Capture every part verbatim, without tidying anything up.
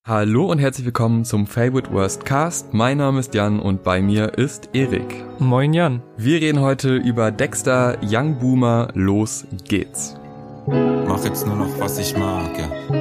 Hallo und herzlich willkommen zum Favorite Worst Cast. Mein Name ist Jan und bei mir ist Erik. Moin Jan. Wir reden heute über Dexter, Young Boomer, los geht's. Mach jetzt nur noch, was ich mag,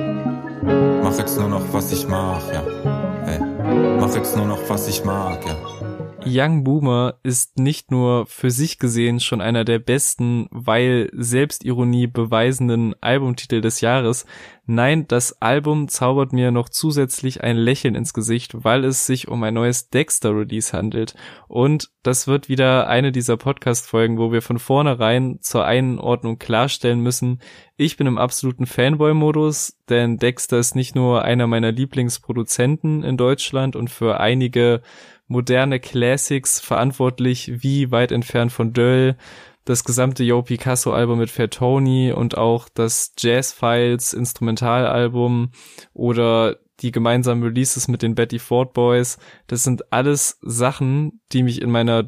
ja. Mach jetzt nur noch, was ich mag, ja. Hey. Mach jetzt nur noch, was ich mag, ja. Young Boomer ist nicht nur für sich gesehen schon einer der besten, weil Selbstironie beweisenden Albumtitel des Jahres. Nein, das Album zaubert mir noch zusätzlich ein Lächeln ins Gesicht, weil es sich um ein neues Dexter-Release handelt. Und das wird wieder eine dieser Podcast-Folgen, wo wir von vornherein zur Einordnung klarstellen müssen, ich bin im absoluten Fanboy-Modus, denn Dexter ist nicht nur einer meiner Lieblingsproduzenten in Deutschland und für einige moderne Classics verantwortlich, wie Weit entfernt von Döll, das gesamte Yo Picasso-Album mit Fat Tony und auch das Jazz Files Instrumentalalbum oder die gemeinsamen Releases mit den Betty Ford Boys. Das sind alles Sachen, die mich in meiner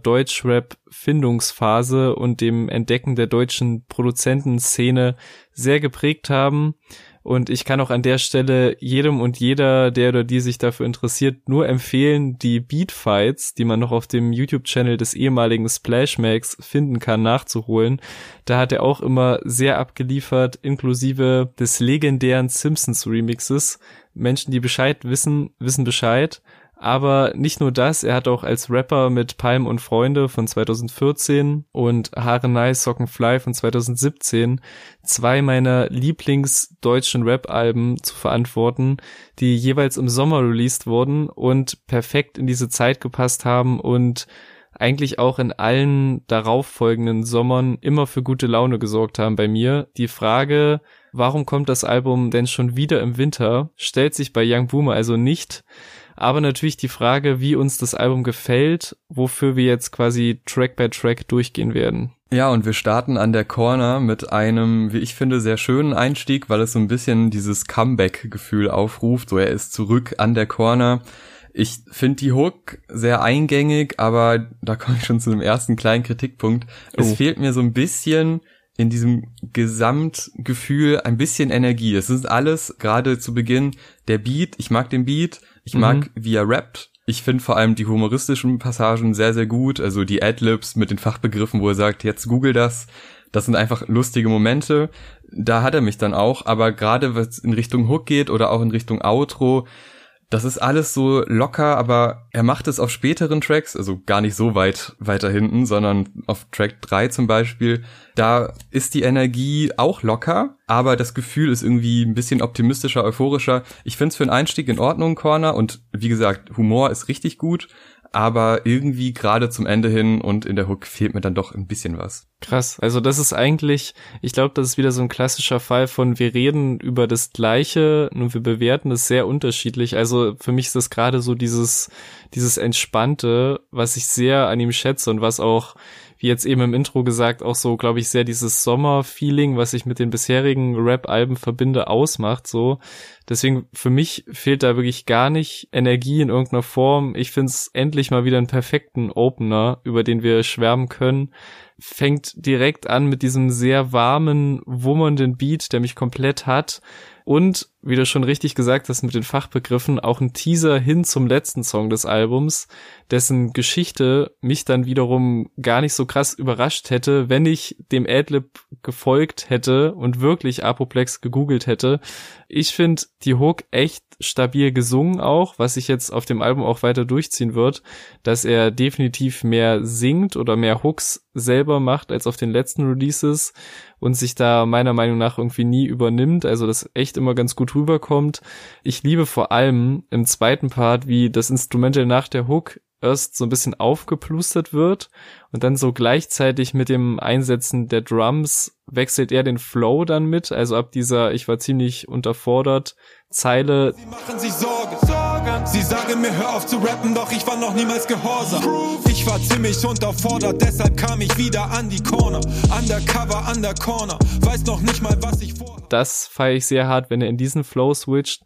Deutschrap-Findungsphase und dem Entdecken der deutschen Produzentenszene sehr geprägt haben. Und ich kann auch an der Stelle jedem und jeder, der oder die sich dafür interessiert, nur empfehlen, die Beatfights, die man noch auf dem YouTube-Channel des ehemaligen Splash Max finden kann, nachzuholen. Da hat er auch immer sehr abgeliefert, inklusive des legendären Simpsons-Remixes. Menschen, die Bescheid wissen, wissen Bescheid. Aber nicht nur das, er hat auch als Rapper mit Palm und Freunde von zwanzig vierzehn und Haare Nice, Socken Fly von zwanzig siebzehn zwei meiner Lieblingsdeutschen Rap-Alben zu verantworten, die jeweils im Sommer released wurden und perfekt in diese Zeit gepasst haben und eigentlich auch in allen darauffolgenden Sommern immer für gute Laune gesorgt haben bei mir. Die Frage, warum kommt das Album denn schon wieder im Winter, stellt sich bei Young Boomer also nicht. Aber natürlich die Frage, wie uns das Album gefällt, wofür wir jetzt quasi Track by Track durchgehen werden. Ja, und wir starten an der Corner mit einem, wie ich finde, sehr schönen Einstieg, weil es so ein bisschen dieses Comeback-Gefühl aufruft. So, er ist zurück an der Corner. Ich finde die Hook sehr eingängig, aber da komme ich schon zu einem ersten kleinen Kritikpunkt. Oh. Es fehlt mir so ein bisschen in diesem Gesamtgefühl ein bisschen Energie. Es ist alles, gerade zu Beginn, der Beat. Ich mag den Beat. Ich mag, mhm. wie er rappt. Ich finde vor allem die humoristischen Passagen sehr, sehr gut. Also die Adlibs mit den Fachbegriffen, wo er sagt, jetzt google das. Das sind einfach lustige Momente. Da hat er mich dann auch. Aber gerade, was in Richtung Hook geht oder auch in Richtung Outro, das ist alles so locker, aber er macht es auf späteren Tracks, also gar nicht so weit weiter hinten, sondern auf Track drei zum Beispiel. Da ist die Energie auch locker, aber das Gefühl ist irgendwie ein bisschen optimistischer, euphorischer. Ich finde es für einen Einstieg in Ordnung, Corner, und wie gesagt, Humor ist richtig gut, aber irgendwie gerade zum Ende hin und in der Hook fehlt mir dann doch ein bisschen was. Krass, also das ist eigentlich, ich glaube, das ist wieder so ein klassischer Fall von, wir reden über das Gleiche und wir bewerten es sehr unterschiedlich. Also für mich ist das gerade so dieses, dieses Entspannte, was ich sehr an ihm schätze und was auch, wie jetzt eben im Intro gesagt, auch so, glaube ich, sehr dieses Sommer-Feeling, was ich mit den bisherigen Rap-Alben verbinde, ausmacht, so. Deswegen, für mich fehlt da wirklich gar nicht Energie in irgendeiner Form. Ich finde es endlich mal wieder einen perfekten Opener, über den wir schwärmen können. Fängt direkt an mit diesem sehr warmen, wummernden Beat, der mich komplett hat. Und, wie du schon richtig gesagt hast mit den Fachbegriffen, auch ein Teaser hin zum letzten Song des Albums, dessen Geschichte mich dann wiederum gar nicht so krass überrascht hätte, wenn ich dem Adlib gefolgt hätte und wirklich Apoplex gegoogelt hätte. Ich finde die Hook echt stabil gesungen auch, was sich jetzt auf dem Album auch weiter durchziehen wird, dass er definitiv mehr singt oder mehr Hooks selber macht als auf den letzten Releases und sich da meiner Meinung nach irgendwie nie übernimmt, also das echt immer ganz gut rüberkommt. Ich liebe vor allem im zweiten Part, wie das Instrumental nach der Hook erst so ein bisschen aufgeplustert wird und dann so gleichzeitig mit dem Einsetzen der Drums wechselt er den Flow dann mit, also ab dieser ich war ziemlich unterfordert Zeile. Sie machen sich Sorgen, Sorgen. Sie sagen mir, hör auf zu rappen, doch ich war noch niemals gehorsam. Ich war ziemlich unterfordert, deshalb kam ich wieder an die Corner. Undercover, under corner, weiß noch nicht mal, was ich vor. Das feiere ich sehr hart, wenn er in diesen Flow switcht.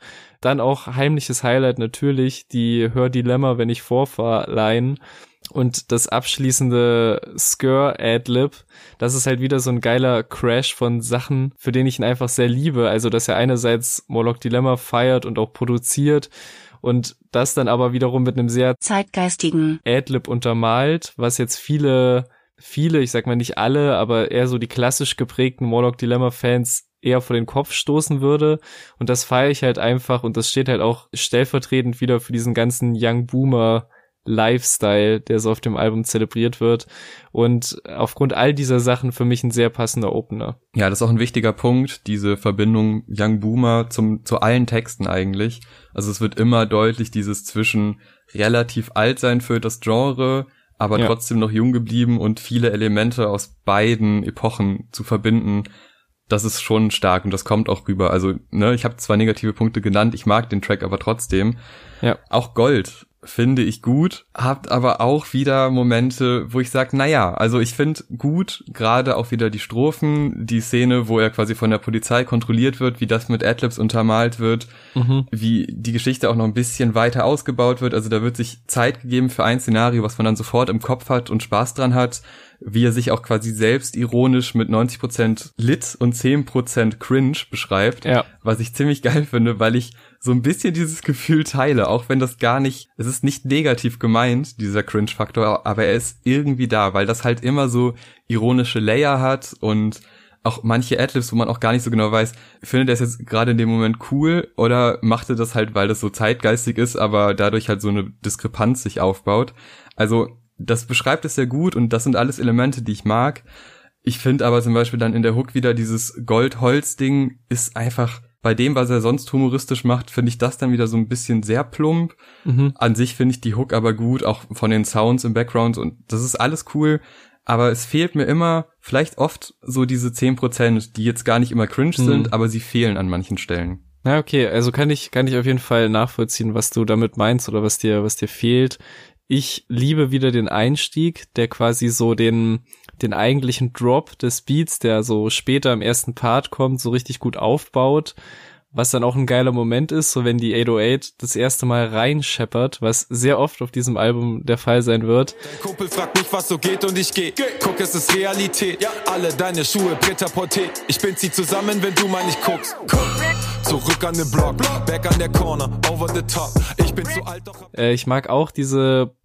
dann auch heimliches Highlight natürlich, die Hör Dilemma, wenn ich vorfahr, Line. Und das abschließende Skr-Adlib, das ist halt wieder so ein geiler Crash von Sachen, für den ich ihn einfach sehr liebe. Also, dass er einerseits Morlock Dilemma feiert und auch produziert und das dann aber wiederum mit einem sehr zeitgeistigen Adlib untermalt, was jetzt viele, viele, ich sag mal nicht alle, aber eher so die klassisch geprägten Morlock Dilemma-Fans eher vor den Kopf stoßen würde. Und das feiere ich halt einfach und das steht halt auch stellvertretend wieder für diesen ganzen Young Boomer Lifestyle, der so auf dem Album zelebriert wird und aufgrund all dieser Sachen für mich ein sehr passender Opener. Ja, das ist auch ein wichtiger Punkt, diese Verbindung Young Boomer zum zu allen Texten eigentlich. Also es wird immer deutlich dieses zwischen relativ alt sein für das Genre, aber ja. trotzdem noch jung geblieben und viele Elemente aus beiden Epochen zu verbinden. Das ist schon stark und das kommt auch rüber. Also, ne, ich habe zwar negative Punkte genannt, ich mag den Track aber trotzdem. Ja. Auch Gold finde ich gut, habt aber auch wieder Momente, wo ich sage, naja, also ich finde gut, gerade auch wieder die Strophen, die Szene, wo er quasi von der Polizei kontrolliert wird, wie das mit Adlibs untermalt wird, mhm. wie die Geschichte auch noch ein bisschen weiter ausgebaut wird, also da wird sich Zeit gegeben für ein Szenario, was man dann sofort im Kopf hat und Spaß dran hat, wie er sich auch quasi selbst ironisch mit neunzig Prozent Lit und zehn Prozent Cringe beschreibt, ja. was ich ziemlich geil finde, weil ich so ein bisschen dieses Gefühl teile, auch wenn das gar nicht, es ist nicht negativ gemeint, dieser Cringe-Faktor, aber er ist irgendwie da, weil das halt immer so ironische Layer hat und auch manche Adlibs, wo man auch gar nicht so genau weiß, findet er es jetzt gerade in dem Moment cool oder macht er das halt, weil das so zeitgeistig ist, aber dadurch halt so eine Diskrepanz sich aufbaut. Also das beschreibt es sehr gut und das sind alles Elemente, die ich mag. Ich finde aber zum Beispiel dann in der Hook wieder dieses Gold-Holz-Ding ist einfach, bei dem, was er sonst humoristisch macht, finde ich das dann wieder so ein bisschen sehr plump. Mhm. An sich finde ich die Hook aber gut, auch von den Sounds im Background und das ist alles cool. Aber es fehlt mir immer, vielleicht oft so diese zehn Prozent, die jetzt gar nicht immer cringe mhm. sind, aber sie fehlen an manchen Stellen. Na okay, also kann ich, kann ich auf jeden Fall nachvollziehen, was du damit meinst oder was dir, was dir fehlt. Ich liebe wieder den Einstieg, der quasi so den, den eigentlichen Drop des Beats, der so später im ersten Part kommt, so richtig gut aufbaut, was dann auch ein geiler Moment ist, so wenn die acht null acht das erste Mal reinscheppert, was sehr oft auf diesem Album der Fall sein wird. Dein Kumpel fragt mich, was so geht und ich geh. Guck, es ist Realität. Ja. Alle deine Schuhe, Prêt-à-porter. Ich bind sie zusammen, wenn du mal nicht guckst. Guck. Zurück an den Block, back an der Corner, over the top. Ich bin zu alt, doch... Äh, ich mag auch diese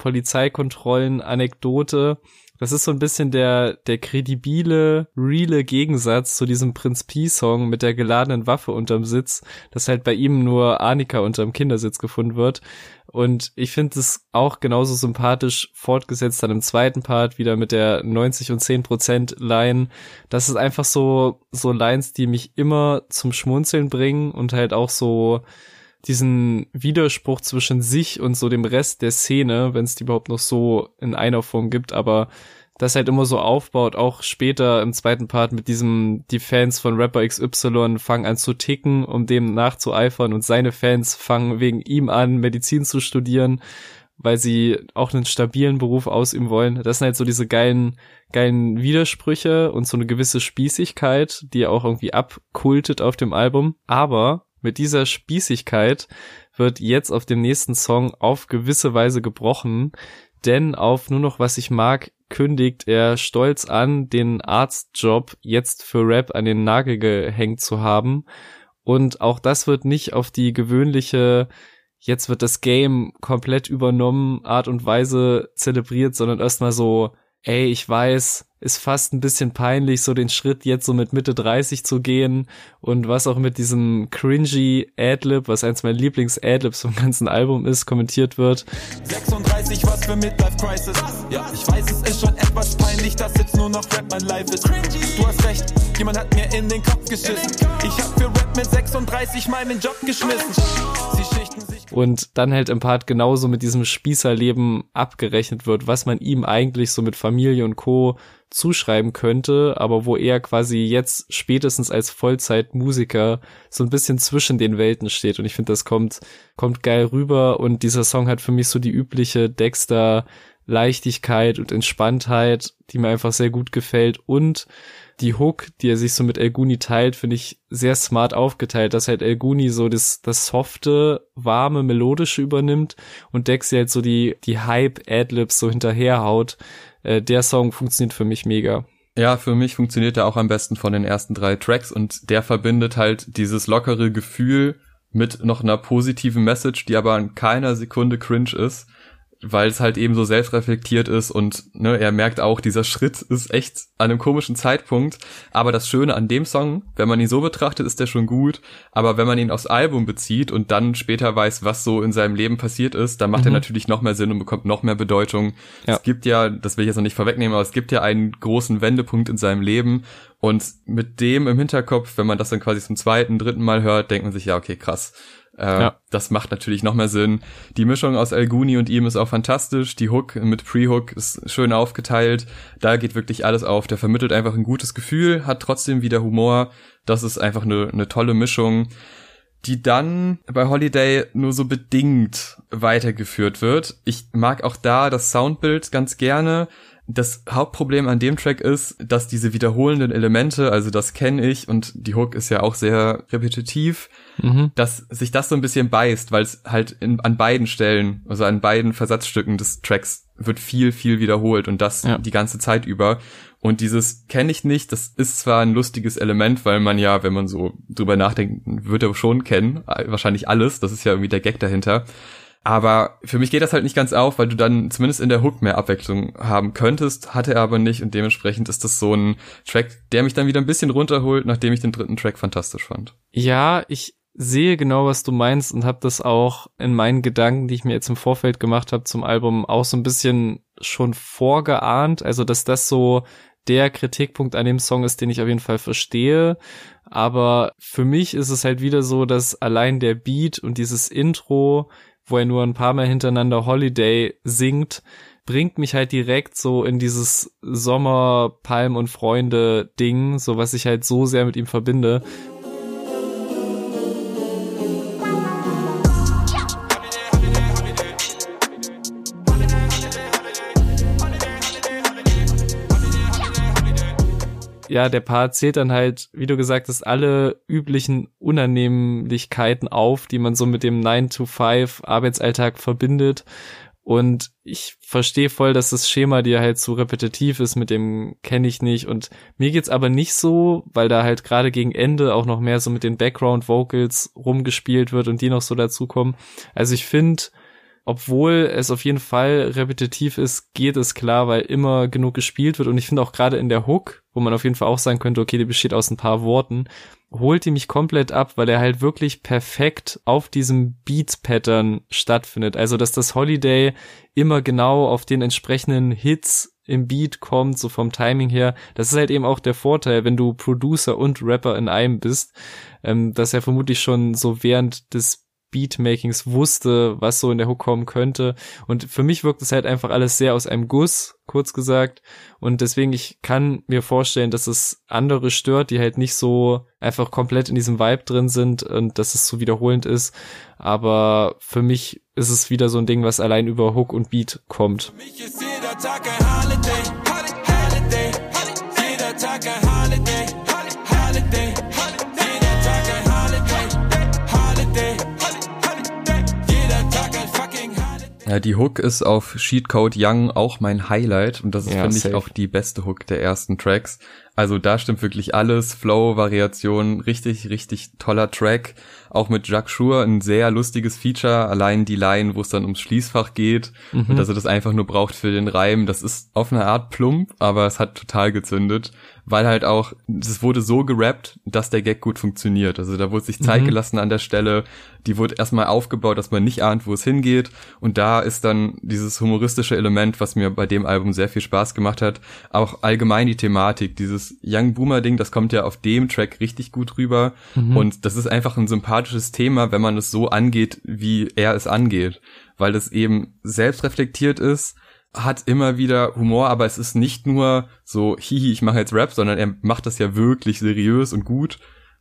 Polizeikontrollen-Anekdote. Das ist so ein bisschen der der kredibile, reale Gegensatz zu diesem Prinz Pi-Song mit der geladenen Waffe unterm Sitz, dass halt bei ihm nur Arnika unterm Kindersitz gefunden wird. Und ich finde es auch genauso sympathisch fortgesetzt dann im zweiten Part wieder mit der neunzig und zehn Prozent Line. Das ist einfach so so Lines, die mich immer zum Schmunzeln bringen und halt auch so diesen Widerspruch zwischen sich und so dem Rest der Szene, wenn es die überhaupt noch so in einer Form gibt, aber das halt immer so aufbaut, auch später im zweiten Part mit diesem, die Fans von Rapper X Y fangen an zu ticken, um dem nachzueifern und seine Fans fangen wegen ihm an, Medizin zu studieren, weil sie auch einen stabilen Beruf ausüben wollen. Das sind halt so diese geilen, geilen Widersprüche und so eine gewisse Spießigkeit, die auch irgendwie abkultet auf dem Album, aber mit dieser Spießigkeit wird jetzt auf dem nächsten Song auf gewisse Weise gebrochen, denn auf Nur noch was ich mag kündigt er stolz an, den Arztjob jetzt für Rap an den Nagel gehängt zu haben. Und auch das wird nicht auf die gewöhnliche, jetzt wird das Game komplett übernommen, Art und Weise zelebriert, sondern erstmal so, ey, ich weiß, ist fast ein bisschen peinlich, so den Schritt jetzt so mit Mitte dreißig zu gehen und was auch mit diesem cringy Adlib, was eins meiner Lieblings-Adlibs vom ganzen Album ist, kommentiert wird. sechsunddreißig, was für Midlife-Crisis. Ja, ich weiß, es ist schon etwas peinlich, dass jetzt nur noch Rap mein Life ist. Du hast recht, jemand hat mir in den Kopf geschissen. Ich hab für Rap mit sechsunddreißig meinen Job geschmissen. Sie schichten sich... Und dann halt im Part genauso mit diesem Spießerleben abgerechnet wird, was man ihm eigentlich so mit Familie und Co. zuschreiben könnte, aber wo er quasi jetzt spätestens als Vollzeitmusiker so ein bisschen zwischen den Welten steht. Und ich finde, das kommt kommt geil rüber und dieser Song hat für mich so die übliche Dexter Leichtigkeit und Entspanntheit, die mir einfach sehr gut gefällt. Und die Hook, die er sich so mit El Guni teilt, finde ich sehr smart aufgeteilt, dass halt El Guni so das, das softe, warme, melodische übernimmt und Dexy halt so die, die Hype-Adlibs so hinterherhaut. Äh, der Song funktioniert für mich mega. Ja, für mich funktioniert er auch am besten von den ersten drei Tracks und der verbindet halt dieses lockere Gefühl mit noch einer positiven Message, die aber in keiner Sekunde cringe ist, weil es halt eben so selbstreflektiert ist und ne, er merkt auch, dieser Schritt ist echt an einem komischen Zeitpunkt, aber das Schöne an dem Song, wenn man ihn so betrachtet, ist der schon gut, aber wenn man ihn aufs Album bezieht und dann später weiß, was so in seinem Leben passiert ist, dann macht mhm. er natürlich noch mehr Sinn und bekommt noch mehr Bedeutung. Ja. Es gibt ja, das will ich jetzt noch nicht vorwegnehmen, aber es gibt ja einen großen Wendepunkt in seinem Leben und mit dem im Hinterkopf, wenn man das dann quasi zum zweiten, dritten Mal hört, denkt man sich, ja, okay, krass. Äh, ja. Das macht natürlich noch mehr Sinn. Die Mischung aus El Guni und ihm ist auch fantastisch. Die Hook mit Pre-Hook ist schön aufgeteilt. Da geht wirklich alles auf. Der vermittelt einfach ein gutes Gefühl, hat trotzdem wieder Humor. Das ist einfach eine, eine tolle Mischung, die dann bei Holiday nur so bedingt weitergeführt wird. Ich mag auch da das Soundbild ganz gerne. Das Hauptproblem an dem Track ist, dass diese wiederholenden Elemente, also das kenne ich und die Hook ist ja auch sehr repetitiv, mhm. dass sich das so ein bisschen beißt, weil es halt in, an beiden Stellen, also an beiden Versatzstücken des Tracks wird viel, viel wiederholt und das ja. die ganze Zeit über. Und dieses kenne ich nicht, das ist zwar ein lustiges Element, weil man ja, wenn man so drüber nachdenkt, wird er schon kennen, wahrscheinlich alles, das ist ja irgendwie der Gag dahinter. Aber für mich geht das halt nicht ganz auf, weil du dann zumindest in der Hook mehr Abwechslung haben könntest, hatte er aber nicht und dementsprechend ist das so ein Track, der mich dann wieder ein bisschen runterholt, nachdem ich den dritten Track fantastisch fand. Ja, ich sehe genau, was du meinst und habe das auch in meinen Gedanken, die ich mir jetzt im Vorfeld gemacht habe zum Album, auch so ein bisschen schon vorgeahnt, also dass das so der Kritikpunkt an dem Song ist, den ich auf jeden Fall verstehe. Aber für mich ist es halt wieder so, dass allein der Beat und dieses Intro, wo er nur ein paar Mal hintereinander Holiday singt, bringt mich halt direkt so in dieses Sommer, Palm und Freunde Ding, so was ich halt so sehr mit ihm verbinde. Ja, der Part zählt dann halt, wie du gesagt hast, alle üblichen Unannehmlichkeiten auf, die man so mit dem nine to five Arbeitsalltag verbindet. Und ich verstehe voll, dass das Schema dir halt so repetitiv ist, mit dem kenne ich nicht. Und mir geht's aber nicht so, weil da halt gerade gegen Ende auch noch mehr so mit den Background-Vocals rumgespielt wird und die noch so dazukommen. Also ich finde, obwohl es auf jeden Fall repetitiv ist, geht es klar, weil immer genug gespielt wird. Und ich finde auch gerade in der Hook, wo man auf jeden Fall auch sagen könnte, okay, die besteht aus ein paar Worten, holt die mich komplett ab, weil er halt wirklich perfekt auf diesem Beat-Pattern stattfindet. Also, dass das Holiday immer genau auf den entsprechenden Hits im Beat kommt, so vom Timing her. Das ist halt eben auch der Vorteil, wenn du Producer und Rapper in einem bist, ähm, dass er vermutlich schon so während des Beatmakings wusste, was so in der Hook kommen könnte. Und für mich wirkt es halt einfach alles sehr aus einem Guss, kurz gesagt. Und deswegen, ich kann mir vorstellen, dass es andere stört, die halt nicht so einfach komplett in diesem Vibe drin sind und dass es so wiederholend ist. Aber für mich ist es wieder so ein Ding, was allein über Hook und Beat kommt. Für mich ist jeder Tag ein Holiday, Holiday, jeder Tag ein Holiday, Holiday, jeder Tag ein Holiday, Holiday, jeder Tag ein fucking Holiday. Ja, die Hook ist auf Cheatcode Young auch mein Highlight und das ist, ja, finde ich, auch die beste Hook der ersten Tracks. Also da stimmt wirklich alles, Flow, Variation, richtig, richtig toller Track. Auch mit Jacques Schur ein sehr lustiges Feature, allein die Line, wo es dann ums Schließfach geht mhm. und dass er das einfach nur braucht für den Reim. Das ist auf eine Art plump, aber es hat total gezündet, weil halt auch, es wurde so gerappt, dass der Gag gut funktioniert. Also da wurde sich Zeit mhm. gelassen an der Stelle, die wurde erstmal aufgebaut, dass man nicht ahnt, wo es hingeht und da ist dann dieses humoristische Element, was mir bei dem Album sehr viel Spaß gemacht hat. Auch allgemein die Thematik, dieses Young Boomer Ding, das kommt ja auf dem Track richtig gut rüber mhm. und das ist einfach ein sympathisches Thema, wenn man es so angeht, wie er es angeht, weil es eben selbst reflektiert ist, hat immer wieder Humor, aber es ist nicht nur so, hihi, ich mache jetzt Rap, sondern er macht das ja wirklich seriös und gut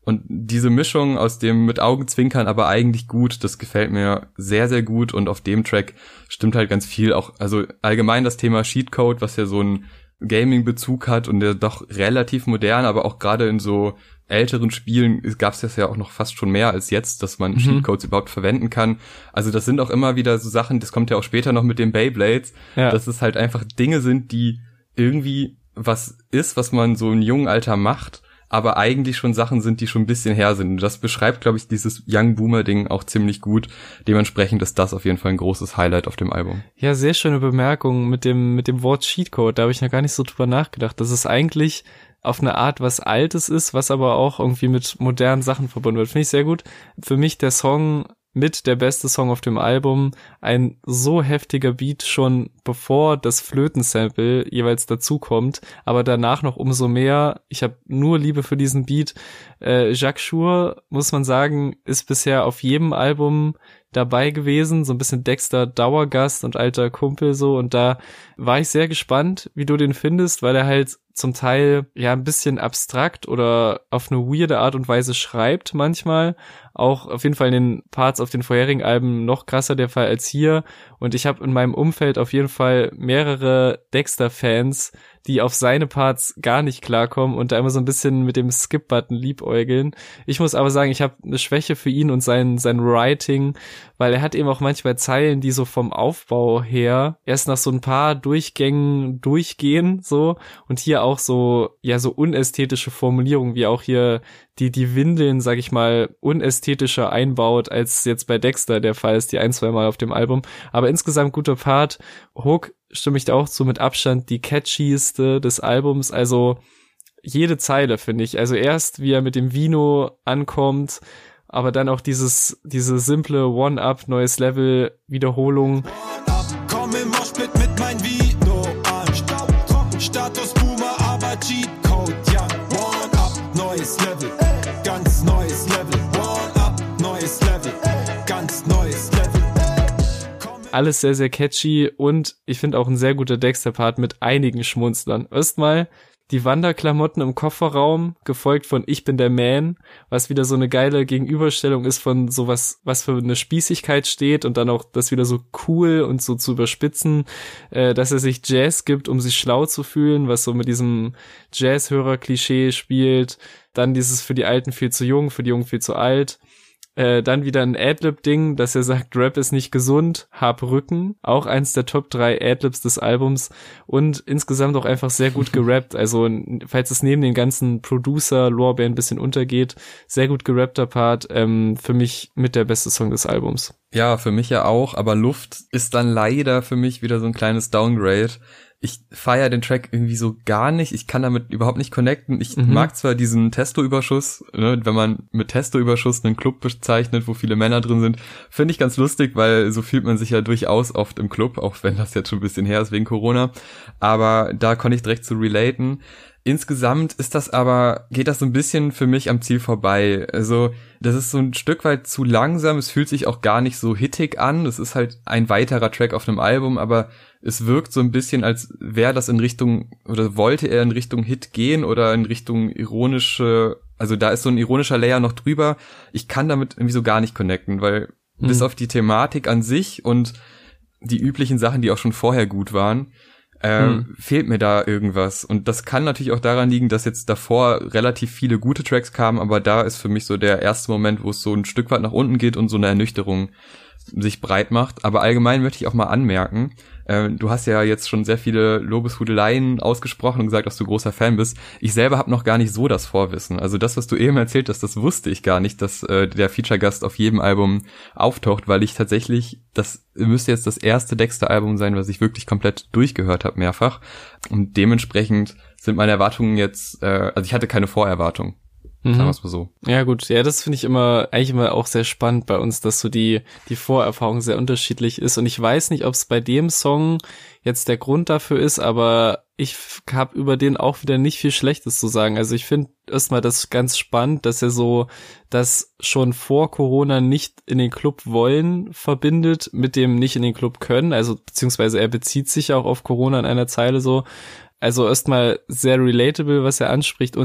Und diese Mischung aus dem mit Augenzwinkern, aber eigentlich gut, das gefällt mir sehr, sehr gut. Und auf dem Track stimmt halt ganz viel. Auch, also allgemein das Thema Cheatcode, was ja so ein Gaming-Bezug hat und der doch relativ modern, aber auch gerade in so älteren Spielen gab es das ja auch noch fast schon mehr als jetzt, dass man mhm. Cheatcodes überhaupt verwenden kann. Also das sind auch immer wieder so Sachen, das kommt ja auch später noch mit den Beyblades, ja. dass es halt einfach Dinge sind, die irgendwie was ist, was man so im jungen Alter macht, aber eigentlich schon Sachen sind, die schon ein bisschen her sind. Und das beschreibt, glaube ich, dieses Young Boomer-Ding auch ziemlich gut. Dementsprechend ist das auf jeden Fall ein großes Highlight auf dem Album. Ja, sehr schöne Bemerkung mit dem mit dem Wort Cheatcode. Da habe ich noch gar nicht so drüber nachgedacht. Das ist eigentlich auf eine Art was Altes ist, was aber auch irgendwie mit modernen Sachen verbunden wird. Finde ich sehr gut. Für mich der Song mit der beste Song auf dem Album, ein so heftiger Beat schon bevor das Flötensample jeweils dazukommt, aber danach noch umso mehr. Ich habe nur Liebe für diesen Beat. Äh, Jacques Schur, muss man sagen, ist bisher auf jedem Album dabei gewesen, so ein bisschen Dexter Dauergast und alter Kumpel so, und da war ich sehr gespannt, wie du den findest, weil er halt zum Teil ja ein bisschen abstrakt oder auf eine weirde Art und Weise schreibt manchmal, auch auf jeden Fall in den Parts auf den vorherigen Alben noch krasser der Fall als hier, und ich habe in meinem Umfeld auf jeden Fall mehrere Dexter-Fans, die auf seine Parts gar nicht klarkommen und da immer so ein bisschen mit dem Skip-Button liebäugeln. Ich muss aber sagen, ich habe eine Schwäche für ihn und sein sein Writing, weil er hat eben auch manchmal Zeilen, die so vom Aufbau her erst nach so ein paar Durchgängen durchgehen, so, und hier auch so, ja, so unästhetische Formulierungen, wie auch hier die die Windeln, sag ich mal, unästhetischer einbaut, als jetzt bei Dexter der Fall ist, die ein, zwei Mal auf dem Album. Aber insgesamt guter Part. Hook stimme ich da auch zu, mit Abstand die catchieste des Albums. Also jede Zeile, finde ich. Also erst, wie er mit dem Vino ankommt, aber dann auch dieses diese simple One-Up, neues Level, Wiederholung. Komm im Moshpit mit mein Vino an. Status Boomer, aber Cheatcode, ja. One-Up, neues Level. Ganz neues Level. One-Up, neues Level. Ganz neues Level. Alles sehr, sehr catchy und ich finde auch ein sehr guter Dexter-Part mit einigen Schmunzlern. Erstmal die Wanderklamotten im Kofferraum, gefolgt von Ich bin der Man, was wieder so eine geile Gegenüberstellung ist von sowas, was für eine Spießigkeit steht, und dann auch das wieder so cool und so zu überspitzen, äh, dass er sich Jazz gibt, um sich schlau zu fühlen, was so mit diesem Jazzhörer-Klischee spielt. Dann dieses für die Alten viel zu jung, für die Jungen viel zu alt. Äh, dann wieder ein Adlib-Ding, dass er sagt, Rap ist nicht gesund, hab Rücken. Auch eins der Top drei Adlibs des Albums. Und insgesamt auch einfach sehr gut gerappt. Also, falls es neben den ganzen Producer-Lorbeeren ein bisschen untergeht, sehr gut gerappter Part. Ähm, für mich mit der beste Song des Albums. Ja, für mich ja auch. Aber Luft ist dann leider für mich wieder so ein kleines Downgrade. Ich feiere den Track irgendwie so gar nicht. Ich kann damit überhaupt nicht connecten. Ich mhm. mag zwar diesen Testo-Überschuss, ne, wenn man mit Testo-Überschuss einen Club bezeichnet, wo viele Männer drin sind, finde ich ganz lustig, weil so fühlt man sich ja durchaus oft im Club, auch wenn das jetzt schon ein bisschen her ist wegen Corona. Aber da konnte ich direkt zu relaten. Insgesamt ist das aber, geht das so ein bisschen für mich am Ziel vorbei. Also, das ist so ein Stück weit zu langsam. Es fühlt sich auch gar nicht so hittig an. Das ist halt ein weiterer Track auf einem Album, aber es wirkt so ein bisschen, als wäre das in Richtung, oder wollte er in Richtung Hit gehen oder in Richtung ironische, also da ist so ein ironischer Layer noch drüber. Ich kann damit irgendwie so gar nicht connecten, weil mhm. bis auf die Thematik an sich und die üblichen Sachen, die auch schon vorher gut waren, äh, hm. fehlt mir da irgendwas. Und das kann natürlich auch daran liegen, dass jetzt davor relativ viele gute Tracks kamen, aber da ist für mich so der erste Moment, wo es so ein Stück weit nach unten geht und so eine Ernüchterung sich breit macht. Aber allgemein möchte ich auch mal anmerken, äh, du hast ja jetzt schon sehr viele Lobeshudeleien ausgesprochen und gesagt, dass du großer Fan bist. Ich selber habe noch gar nicht so das Vorwissen. Also das, was du eben erzählt hast, das wusste ich gar nicht, dass äh, der Feature-Gast auf jedem Album auftaucht, weil ich tatsächlich, das müsste jetzt das erste Dexter-Album sein, was ich wirklich komplett durchgehört habe, mehrfach. Und dementsprechend sind meine Erwartungen jetzt, äh, also ich hatte keine Vorerwartung. Sagen wir es mal so. Ja gut, ja, das finde ich immer, eigentlich immer auch sehr spannend bei uns, dass so die die Vorerfahrung sehr unterschiedlich ist, und ich weiß nicht, ob es bei dem Song jetzt der Grund dafür ist, aber ich habe über den auch wieder nicht viel Schlechtes zu sagen. Also ich finde erstmal das ganz spannend, dass er so das schon vor Corona nicht in den Club wollen verbindet mit dem nicht in den Club können, also beziehungsweise er bezieht sich auch auf Corona in einer Zeile so. Also erstmal sehr relatable, was er anspricht, und halt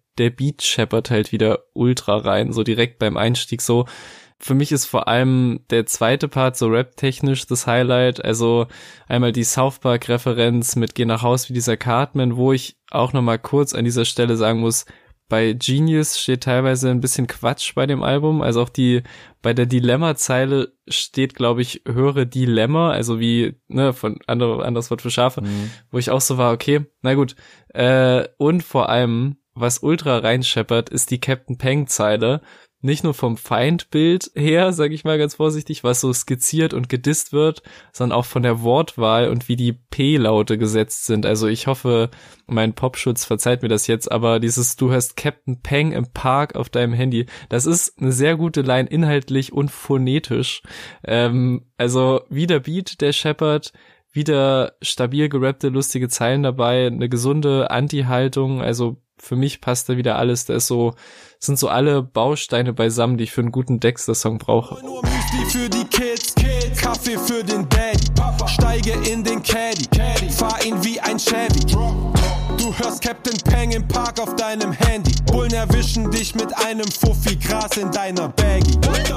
der Beat scheppert halt wieder ultra rein, so direkt beim Einstieg so. Für mich ist vor allem der zweite Part so rap-technisch das Highlight, also einmal die South Park-Referenz mit Geh nach Haus wie dieser Cartman, wo ich auch nochmal kurz an dieser Stelle sagen muss, bei Genius steht teilweise ein bisschen Quatsch bei dem Album, also auch die, bei der Dilemma-Zeile steht, glaube ich, höre Dilemma, also wie, ne, von andere, anderes Wort für Schafe, mhm. wo ich auch so war, okay, na gut, äh, und vor allem, was ultra reinscheppert, ist die Captain Peng-Zeile, nicht nur vom Feindbild her, sag ich mal ganz vorsichtig, was so skizziert und gedisst wird, sondern auch von der Wortwahl und wie die P-Laute gesetzt sind. Also ich hoffe, mein Popschutz verzeiht mir das jetzt, aber dieses du hörst Captain Peng im Park auf deinem Handy, das ist eine sehr gute Line inhaltlich und phonetisch. Ähm, also wie der Beat, der scheppert, wieder stabil gerappte, lustige Zeilen dabei, eine gesunde Anti-Haltung, also für mich passt da wieder alles, da ist so, sind so alle Bausteine beisammen, die ich für einen guten Dexter-Song brauche. Nur Müsli für die Kids, Kids, Kaffee für den Daddy, Papa, steige in den Caddy, Caddy, fahr ihn wie ein Chevy. Du hörst Captain Peng im Park auf deinem Handy, Bullen erwischen dich mit einem Fuffi Gras in deiner Baggy.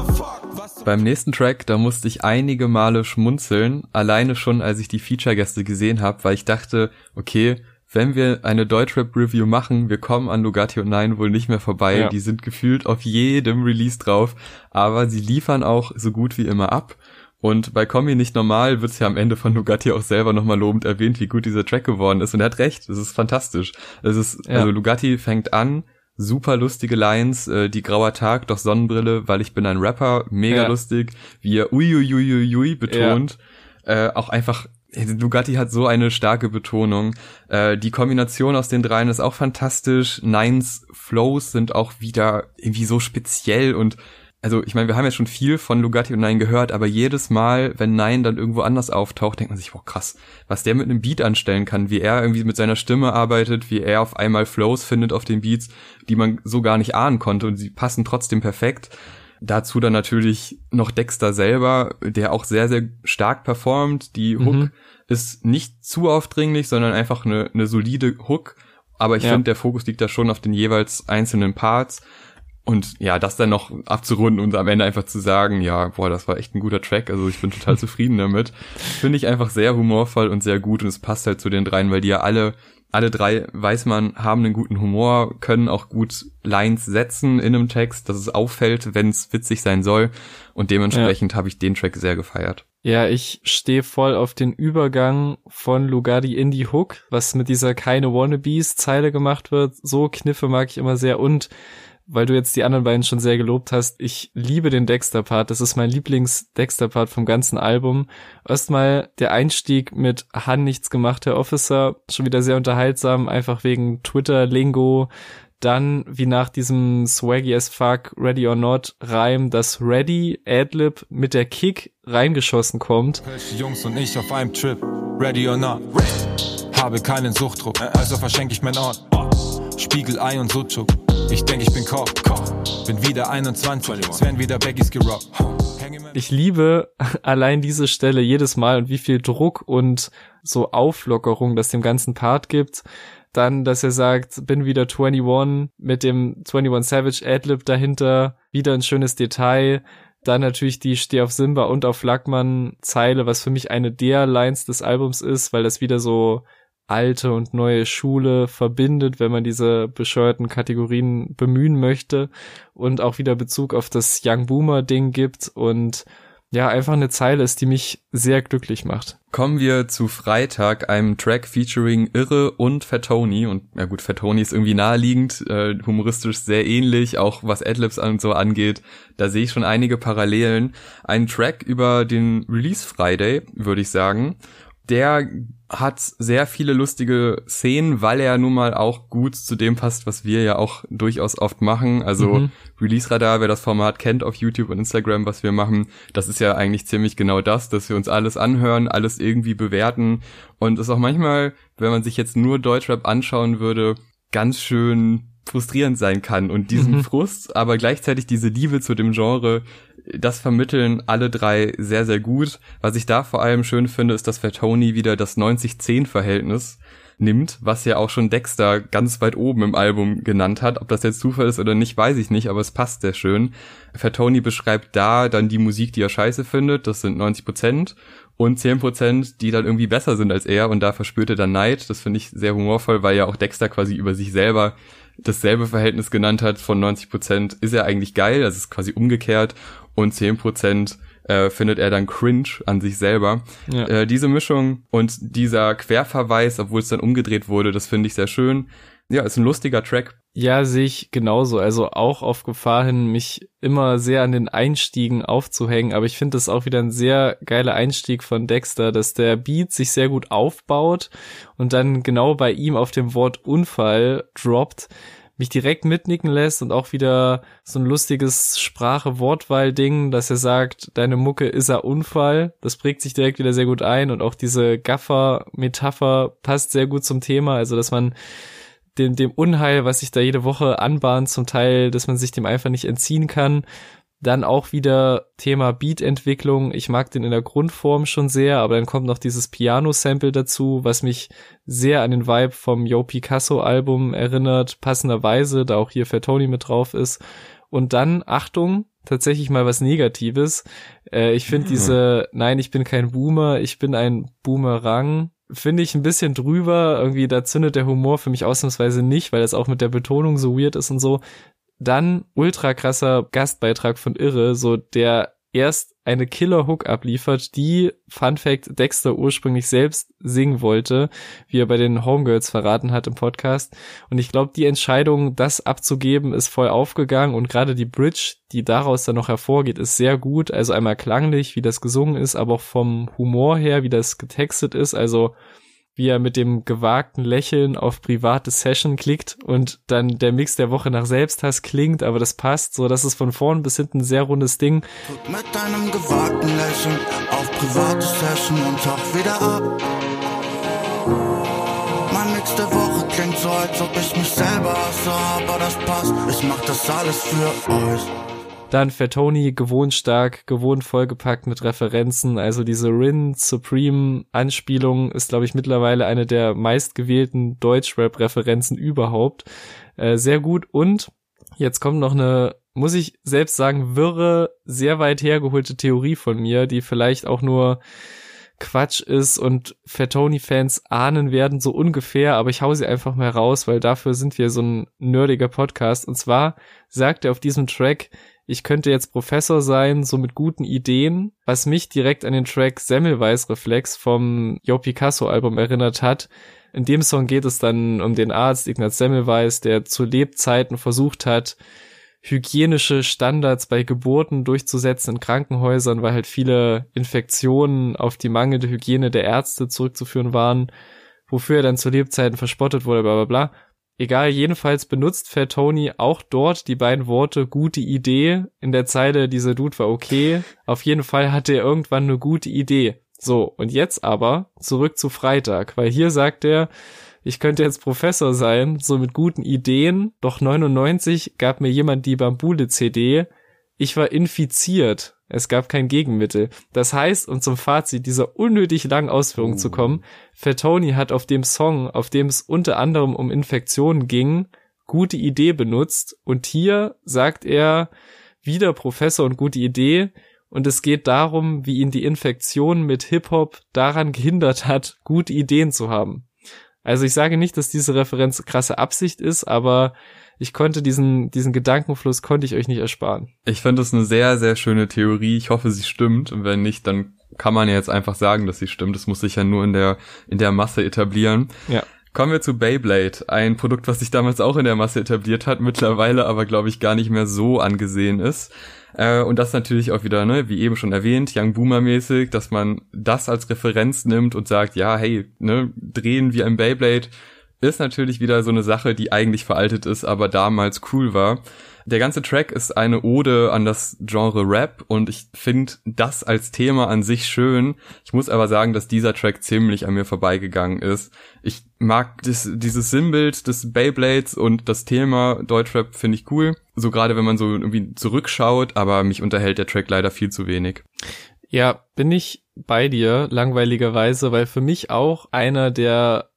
Beim nächsten Track, da musste ich einige Male schmunzeln, alleine schon, als ich die Feature-Gäste gesehen habe, weil ich dachte, okay, wenn wir eine Deutschrap-Review machen, wir kommen an Nugatti und Nine wohl nicht mehr vorbei. Ja. Die sind gefühlt auf jedem Release drauf, aber sie liefern auch so gut wie immer ab. Und bei Komm mir nicht normal wird's ja am Ende von Nugatti auch selber nochmal lobend erwähnt, wie gut dieser Track geworden ist. Und er hat recht, das ist fantastisch. Es ist, ja. Also Nugatti fängt an, super lustige Lines, äh, die grauer Tag, doch Sonnenbrille, weil ich bin ein Rapper, mega ja. lustig, wie er uiuiuiui betont, ja. äh, auch einfach, Nugatti hat so eine starke Betonung, äh, die Kombination aus den dreien ist auch fantastisch, Nines Flows sind auch wieder irgendwie so speziell und also ich meine, wir haben ja schon viel von Nugatti und Nine gehört, aber jedes Mal, wenn Nine dann irgendwo anders auftaucht, denkt man sich, boah krass, was der mit einem Beat anstellen kann, wie er irgendwie mit seiner Stimme arbeitet, wie er auf einmal Flows findet auf den Beats, die man so gar nicht ahnen konnte und sie passen trotzdem perfekt. Dazu dann natürlich noch Dexter selber, der auch sehr, sehr stark performt. Die Hook mhm. ist nicht zu aufdringlich, sondern einfach eine, eine solide Hook. Aber ich ja. finde, der Fokus liegt da schon auf den jeweils einzelnen Parts. Und ja, das dann noch abzurunden und am Ende einfach zu sagen, ja, boah, das war echt ein guter Track, also ich bin total zufrieden damit. Finde ich einfach sehr humorvoll und sehr gut und es passt halt zu den dreien, weil die ja alle, alle drei, weiß man, haben einen guten Humor, können auch gut Lines setzen in einem Text, dass es auffällt, wenn es witzig sein soll und dementsprechend ja. habe ich den Track sehr gefeiert. Ja, ich stehe voll auf den Übergang von Nugatti in die Hook, was mit dieser keine Wannabes-Zeile gemacht wird. So Kniffe mag ich immer sehr und weil du jetzt die anderen beiden schon sehr gelobt hast, ich liebe den Dexter-Part. Das ist mein Lieblings-Dexter-Part vom ganzen Album. Erstmal der Einstieg mit Han nichts gemacht, Herr Officer, schon wieder sehr unterhaltsam, einfach wegen Twitter-Lingo. Dann, wie nach diesem Swaggy as fuck, Ready or Not Reim, das Ready, Adlib mit der Kick reingeschossen kommt. Jungs und ich auf einem Trip, Ready or Not, habe keinen Suchtdruck, also verschenke ich mein Ort. Spiegelei und Sucuk, ich denke ich bin Koch, bin wieder einundzwanzig, es werden wieder Baggies gerockt. Ich liebe allein diese Stelle jedes Mal und wie viel Druck und so Auflockerung das dem ganzen Part gibt. Dann, dass er sagt, bin wieder einundzwanzig mit dem einundzwanzig Savage Adlib dahinter, wieder ein schönes Detail. Dann natürlich die Steh auf Simba und auf Lackmann Zeile, was für mich eine der Lines des Albums ist, weil das wieder so alte und neue Schule verbindet, wenn man diese bescheuerten Kategorien bemühen möchte und auch wieder Bezug auf das Young Boomer Ding gibt und ja, einfach eine Zeile ist, die mich sehr glücklich macht. Kommen wir zu Freitag, einem Track featuring Irre und Fatoni und ja gut, Fatoni ist irgendwie naheliegend, äh, humoristisch sehr ähnlich, auch was Adlibs und so angeht, da sehe ich schon einige Parallelen. Ein Track über den Release Friday, würde ich sagen. Der hat sehr viele lustige Szenen, weil er nun mal auch gut zu dem passt, was wir ja auch durchaus oft machen. Also mhm. Release Radar, wer das Format kennt auf YouTube und Instagram, was wir machen, das ist ja eigentlich ziemlich genau das, dass wir uns alles anhören, alles irgendwie bewerten und es auch manchmal, wenn man sich jetzt nur Deutschrap anschauen würde, ganz schön frustrierend sein kann und diesen mhm. Frust, aber gleichzeitig diese Liebe zu dem Genre, das vermitteln alle drei sehr, sehr gut. Was ich da vor allem schön finde, ist, dass Fatoni wieder das neunzig zehn Verhältnis nimmt, was ja auch schon Dexter ganz weit oben im Album genannt hat. Ob das jetzt Zufall ist oder nicht, weiß ich nicht, aber es passt sehr schön. Fatoni beschreibt da dann die Musik, die er scheiße findet, das sind neunzig Prozent, und zehn Prozent, die dann irgendwie besser sind als er, und da verspürt er dann Neid. Das finde ich sehr humorvoll, weil ja auch Dexter quasi über sich selber dasselbe Verhältnis genannt hat. Von neunzig Prozent ist er eigentlich geil, das ist quasi umgekehrt, und zehn Prozent äh, findet er dann cringe an sich selber. Ja. Äh, diese Mischung und dieser Querverweis, obwohl es dann umgedreht wurde, das finde ich sehr schön. Ja, ist ein lustiger Track. Ja, sehe ich genauso. Also auch auf Gefahr hin, mich immer sehr an den Einstiegen aufzuhängen. Aber ich finde das auch wieder ein sehr geiler Einstieg von Dexter, dass der Beat sich sehr gut aufbaut und dann genau bei ihm auf dem Wort Unfall droppt, mich direkt mitnicken lässt und auch wieder so ein lustiges Sprache-Wortwahl-Ding, dass er sagt, deine Mucke ist ein Unfall. Das prägt sich direkt wieder sehr gut ein, und auch diese Gaffer-Metapher passt sehr gut zum Thema. Also, dass man dem, dem Unheil, was sich da jede Woche anbahnt, zum Teil, dass man sich dem einfach nicht entziehen kann. Dann auch wieder Thema Beatentwicklung. Ich mag den in der Grundform schon sehr, aber dann kommt noch dieses Piano-Sample dazu, was mich sehr an den Vibe vom Yo Picasso-Album erinnert, passenderweise, da auch hier Fatoni mit drauf ist. Und dann, Achtung, tatsächlich mal was Negatives. Äh, ich finde diese, nein, ich bin kein Boomer, ich bin ein Boomerang, finde ich ein bisschen drüber. Irgendwie, da zündet der Humor für mich ausnahmsweise nicht, weil das auch mit der Betonung so weird ist und so. Dann ultra krasser Gastbeitrag von Irre, so der erst eine Killer-Hook abliefert, die, Fun Fact, Dexter ursprünglich selbst singen wollte, wie er bei den Homegirls verraten hat im Podcast. Und ich glaube, die Entscheidung, das abzugeben, ist voll aufgegangen, und gerade die Bridge, die daraus dann noch hervorgeht, ist sehr gut. Also einmal klanglich, wie das gesungen ist, aber auch vom Humor her, wie das getextet ist, also wie er mit dem gewagten Lächeln auf private Session klickt und dann der Mix der Woche nach Selbsthass klingt, aber das passt so, das ist von vorn bis hinten ein sehr rundes Ding. Mit deinem gewagten Lächeln auf private Session und tauch wieder ab. Mein Mix der Woche klingt so, als ob ich mich selber hasse, aber das passt, ich mach das alles für euch. Dann Fatoni, gewohnt stark, gewohnt vollgepackt mit Referenzen, also diese Rin Supreme Anspielung ist, glaube ich, mittlerweile eine der meistgewählten Deutschrap-Referenzen überhaupt. Äh, sehr gut, und jetzt kommt noch eine, muss ich selbst sagen, wirre, sehr weit hergeholte Theorie von mir, die vielleicht auch nur Quatsch ist und Fatoni-Fans ahnen werden, so ungefähr, aber ich hau sie einfach mal raus, weil dafür sind wir so ein nerdiger Podcast. Und zwar sagt er auf diesem Track, ich könnte jetzt Professor sein, so mit guten Ideen, was mich direkt an den Track Semmelweis-Reflex vom Yo Picasso-Album erinnert hat. In dem Song geht es dann um den Arzt Ignaz Semmelweis, der zu Lebzeiten versucht hat, hygienische Standards bei Geburten durchzusetzen in Krankenhäusern, weil halt viele Infektionen auf die mangelnde Hygiene der Ärzte zurückzuführen waren, wofür er dann zu Lebzeiten verspottet wurde, bla bla bla. Egal, jedenfalls benutzt Fatoni auch dort die beiden Worte gute Idee in der Zeile, dieser Dude war okay. Auf jeden Fall hatte er irgendwann eine gute Idee. So, und jetzt aber zurück zu Freitag, weil hier sagt er, ich könnte jetzt Professor sein, so mit guten Ideen, doch neunundneunzig gab mir jemand die Bambule-C D, ich war infiziert, es gab kein Gegenmittel. Das heißt, um zum Fazit dieser unnötig langen Ausführung uh. zu kommen, Fatoni hat auf dem Song, auf dem es unter anderem um Infektionen ging, gute Idee benutzt, und hier sagt er wieder Professor und gute Idee, und es geht darum, wie ihn die Infektion mit Hip-Hop daran gehindert hat, gute Ideen zu haben. Also ich sage nicht, dass diese Referenz krasse Absicht ist, aber ich konnte diesen diesen Gedankenfluss konnte ich euch nicht ersparen. Ich finde das eine sehr, sehr schöne Theorie. Ich hoffe, sie stimmt. Und wenn nicht, dann kann man ja jetzt einfach sagen, dass sie stimmt. Das muss sich ja nur in der in der Masse etablieren. Ja. Kommen wir zu Beyblade. Ein Produkt, was sich damals auch in der Masse etabliert hat, mittlerweile aber, glaube ich, gar nicht mehr so angesehen ist. Äh, und das natürlich auch wieder, ne, wie eben schon erwähnt, Young Boomer mäßig, dass man das als Referenz nimmt und sagt, ja, hey, ne, drehen wie ein Beyblade, ist natürlich wieder so eine Sache, die eigentlich veraltet ist, aber damals cool war. Der ganze Track ist eine Ode an das Genre Rap und ich finde das als Thema an sich schön. Ich muss aber sagen, dass dieser Track ziemlich an mir vorbeigegangen ist. Ich mag das, dieses Sinnbild des Beyblades und das Thema Deutschrap finde ich cool. So gerade wenn man so irgendwie zurückschaut, aber mich unterhält der Track leider viel zu wenig. Ja, bin ich bei dir, langweiligerweise, weil für mich auch einer der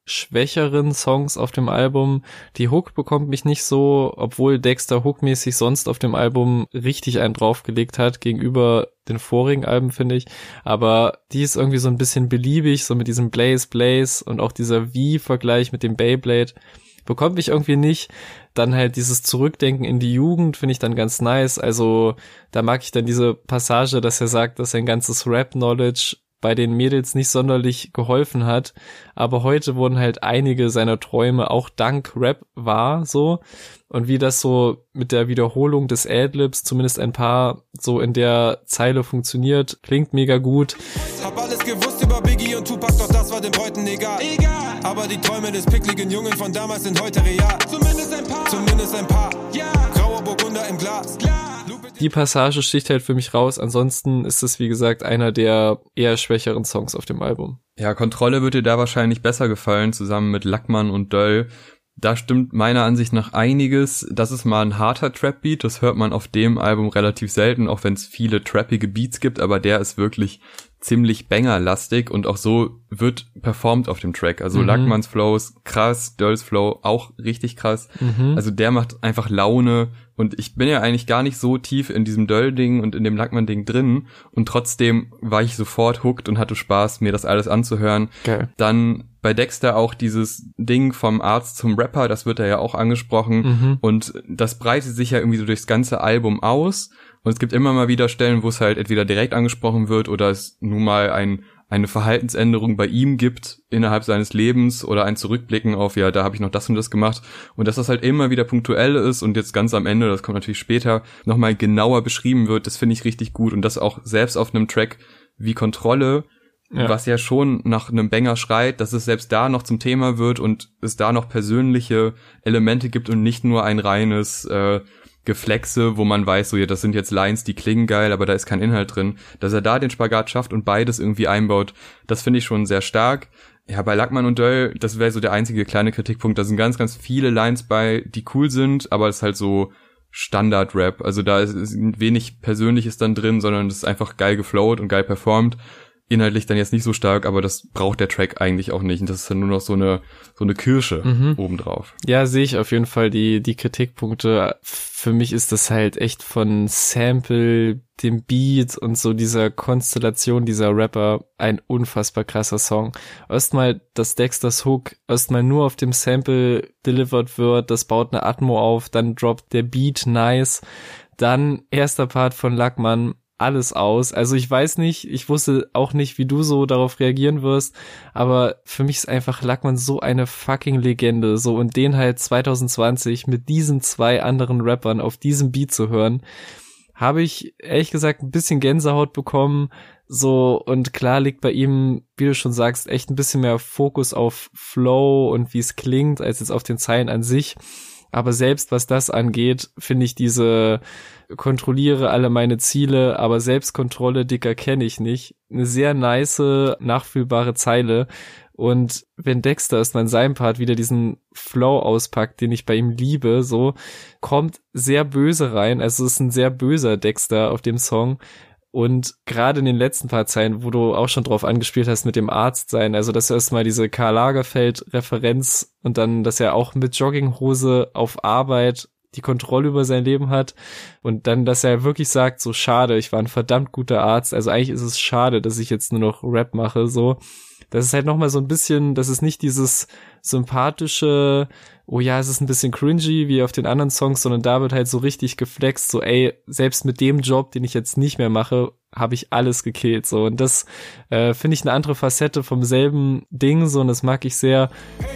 schwächeren Songs auf dem Album. Die Hook bekommt mich nicht so, obwohl Dexter hookmäßig sonst auf dem Album richtig einen draufgelegt hat, gegenüber den vorigen Alben, finde ich. Aber die ist irgendwie so ein bisschen beliebig, so mit diesem Blaze Blaze und auch dieser V-Vergleich mit dem Beyblade. Bekommt mich irgendwie nicht. Dann halt dieses Zurückdenken in die Jugend finde ich dann ganz nice. Also da mag ich dann diese Passage, dass er sagt, dass sein ganzes Rap-Knowledge bei den Mädels nicht sonderlich geholfen hat. Aber heute wurden halt einige seiner Träume auch dank Rap wahr, so. Und wie das so mit der Wiederholung des Adlibs, zumindest ein paar, so in der Zeile funktioniert, klingt mega gut. Hab alles gewusst über Biggie und Tupac, doch das war den Bräuten egal. egal. Aber die Träume des pickligen Jungen von damals sind heute real. Zumindest ein paar. Zumindest ein paar. Ja. Grauer Burgunder im Glas. Klar. Die Passage sticht halt für mich raus. Ansonsten ist es, wie gesagt, einer der eher schwächeren Songs auf dem Album. Ja, Kontrolle wird dir da wahrscheinlich besser gefallen, zusammen mit Lackmann und Döll. Da stimmt meiner Ansicht nach einiges. Das ist mal ein harter Trap-Beat. Das hört man auf dem Album relativ selten, auch wenn es viele trappige Beats gibt. Aber der ist wirklich ziemlich bangerlastig und auch so wird performt auf dem Track. Also mhm. Lackmanns Flow ist krass, Dölls Flow auch richtig krass. Mhm. Also der macht einfach Laune und ich bin ja eigentlich gar nicht so tief in diesem Döll-Ding und in dem Lackmann-Ding drin und trotzdem war ich sofort hooked und hatte Spaß, mir das alles anzuhören. Okay. Dann bei Dexter auch dieses Ding vom Arzt zum Rapper, das wird da ja auch angesprochen mhm. und das breitet sich ja irgendwie so durchs ganze Album aus. Und es gibt immer mal wieder Stellen, wo es halt entweder direkt angesprochen wird oder es nun mal ein, eine Verhaltensänderung bei ihm gibt innerhalb seines Lebens oder ein Zurückblicken auf, ja, da habe ich noch das und das gemacht. Und dass das halt immer wieder punktuell ist und jetzt ganz am Ende, das kommt natürlich später, nochmal genauer beschrieben wird, das finde ich richtig gut. Und das auch selbst auf einem Track wie Kontrolle, ja. was ja schon nach einem Banger schreit, dass es selbst da noch zum Thema wird und es da noch persönliche Elemente gibt und nicht nur ein reines äh, Geflexe, wo man weiß, so ja, das sind jetzt Lines, die klingen geil, aber da ist kein Inhalt drin. Dass er da den Spagat schafft und beides irgendwie einbaut, das finde ich schon sehr stark. Ja, bei Lackmann und Döll, das wäre so der einzige kleine Kritikpunkt. Da sind ganz, ganz viele Lines bei, die cool sind, aber es ist halt so Standard-Rap. Also da ist, ist wenig Persönliches dann drin, sondern es ist einfach geil geflowt und geil performt. Inhaltlich dann jetzt nicht so stark, aber das braucht der Track eigentlich auch nicht. Und das ist dann nur noch so eine so eine Kirsche mhm. obendrauf. Ja, sehe ich auf jeden Fall die die Kritikpunkte. Für mich ist das halt echt von Sample, dem Beat und so dieser Konstellation dieser Rapper ein unfassbar krasser Song. Erstmal, dass Dexters Hook erstmal nur auf dem Sample delivered wird, das baut eine Atmo auf, dann droppt der Beat nice. Dann erster Part von Lackmann, alles aus. Also ich weiß nicht, ich wusste auch nicht, wie du so darauf reagieren wirst, aber für mich ist einfach Lackmann so eine fucking Legende, so, und den halt zwanzig zwanzig mit diesen zwei anderen Rappern auf diesem Beat zu hören, habe ich ehrlich gesagt ein bisschen Gänsehaut bekommen, so, und klar liegt bei ihm, wie du schon sagst, echt ein bisschen mehr Fokus auf Flow und wie es klingt, als jetzt auf den Zeilen an sich. Aber selbst was das angeht, finde ich diese kontrolliere alle meine Ziele, aber Selbstkontrolle, dicker, kenne ich nicht. Eine sehr nice, nachfühlbare Zeile. Und wenn Dexter erstmal in seinem Part wieder diesen Flow auspackt, den ich bei ihm liebe, so, kommt sehr böse rein. Also es ist ein sehr böser Dexter auf dem Song. Und gerade in den letzten paar Zeilen, wo du auch schon drauf angespielt hast mit dem Arzt sein, also dass erstmal diese Karl Lagerfeld-Referenz und dann, dass er auch mit Jogginghose auf Arbeit die Kontrolle über sein Leben hat und dann, dass er wirklich sagt, so schade, ich war ein verdammt guter Arzt, also eigentlich ist es schade, dass ich jetzt nur noch Rap mache, so. Das ist halt nochmal so ein bisschen, das ist nicht dieses sympathische, oh ja, es ist ein bisschen cringy wie auf den anderen Songs, sondern da wird halt so richtig geflext, so ey, selbst mit dem Job, den ich jetzt nicht mehr mache, habe ich alles gekillt, so. Und das äh, finde ich eine andere Facette vom selben Ding, so, und das mag ich sehr.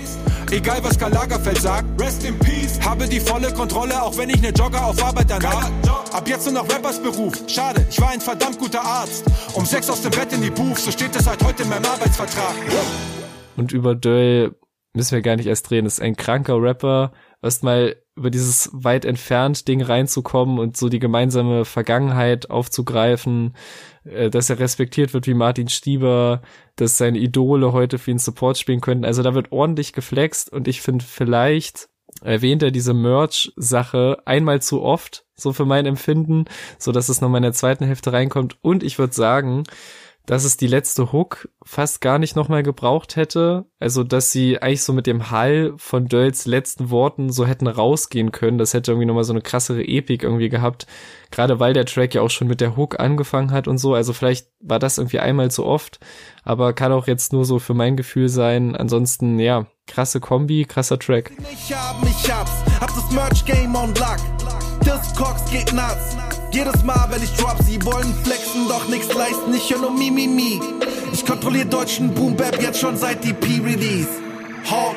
Egal was Karl Lagerfeld sagt, rest in peace, habe die volle Kontrolle, auch wenn ich ne Jogger auf Arbeit dann hab. Ab jetzt nur noch Rappers Beruf, schade, ich war ein verdammt guter Arzt. Um sechs aus dem Bett in die Booth, so steht es halt heute in meinem Arbeitsvertrag. Und über Döll müssen wir gar nicht erst reden, das ist ein kranker Rapper, erstmal über dieses weit entfernt Ding reinzukommen und so die gemeinsame Vergangenheit aufzugreifen, dass er respektiert wird wie Martin Stieber, dass seine Idole heute für ihn Support spielen könnten. Also da wird ordentlich geflext und ich finde, vielleicht erwähnt er diese Merch-Sache einmal zu oft, so für mein Empfinden, so dass es nochmal in der zweiten Hälfte reinkommt. Und ich würde sagen, dass es die letzte Hook fast gar nicht nochmal gebraucht hätte. Also, dass sie eigentlich so mit dem Hall von Dölls letzten Worten so hätten rausgehen können. Das hätte irgendwie nochmal so eine krassere Epik irgendwie gehabt. Gerade weil der Track ja auch schon mit der Hook angefangen hat und so. Also vielleicht war das irgendwie einmal zu oft. Aber kann auch jetzt nur so für mein Gefühl sein. Ansonsten, ja, krasse Kombi, krasser Track. Ich hab, ich hab's, hab das Merch-Game on Lock. Discogs geht nuts. Jedes Mal, wenn ich drop, sie wollen flexen, doch nichts leisten, ich höre nur mi, mi, mi. Ich kontrolliere deutschen Boom-Bap jetzt schon seit D P-Release. Ho.